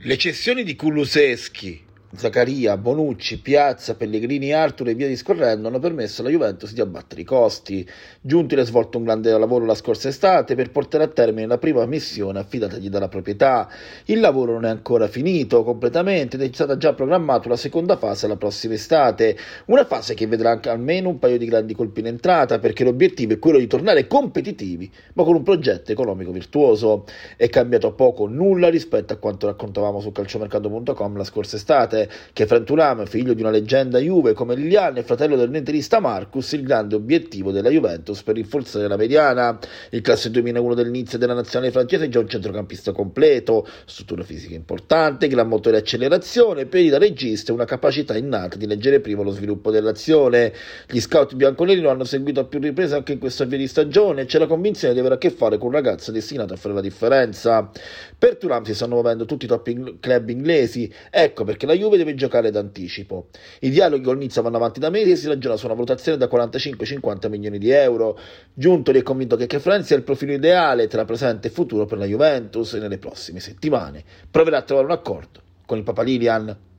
Le cessioni di Kulusevski, Zaccaria, Bonucci, Piazza, Pellegrini, Arthur e via discorrendo hanno permesso alla Juventus di abbattere i costi. Giuntoli ha svolto un grande lavoro la scorsa estate per portare a termine la prima missione affidatagli dalla proprietà. Il lavoro non è ancora finito completamente ed è stata già programmata la seconda fase la prossima estate, una fase che vedrà anche almeno un paio di grandi colpi in entrata, perché l'obiettivo è quello di tornare competitivi, ma con un progetto economico virtuoso. È cambiato poco nulla rispetto a quanto raccontavamo su calciomercato.com la scorsa estate, che Frank Thuram, figlio di una leggenda Juve come Lilian e fratello del netterista Marcus, il grande obiettivo della Juventus per rinforzare la mediana. Il classe 2001 del Nizza e della nazionale francese è già un centrocampista completo, struttura fisica importante, gran motore e accelerazione, piedi da regista e una capacità innata di leggere prima lo sviluppo dell'azione. Gli scout bianconeri lo hanno seguito a più riprese anche in questa avvia di stagione e c'è la convinzione di avere a che fare con un ragazzo destinato a fare la differenza. Per Thuram si stanno muovendo tutti i top club inglesi, ecco perché la Juve deve giocare d'anticipo. I dialoghi col Nizza vanno avanti da mesi e si ragiona su una valutazione da 45-50 milioni di euro. Giuntoli è convinto che Kefren sia il profilo ideale tra presente e futuro per la Juventus e nelle prossime settimane proverà a trovare un accordo con il Papa Lilian.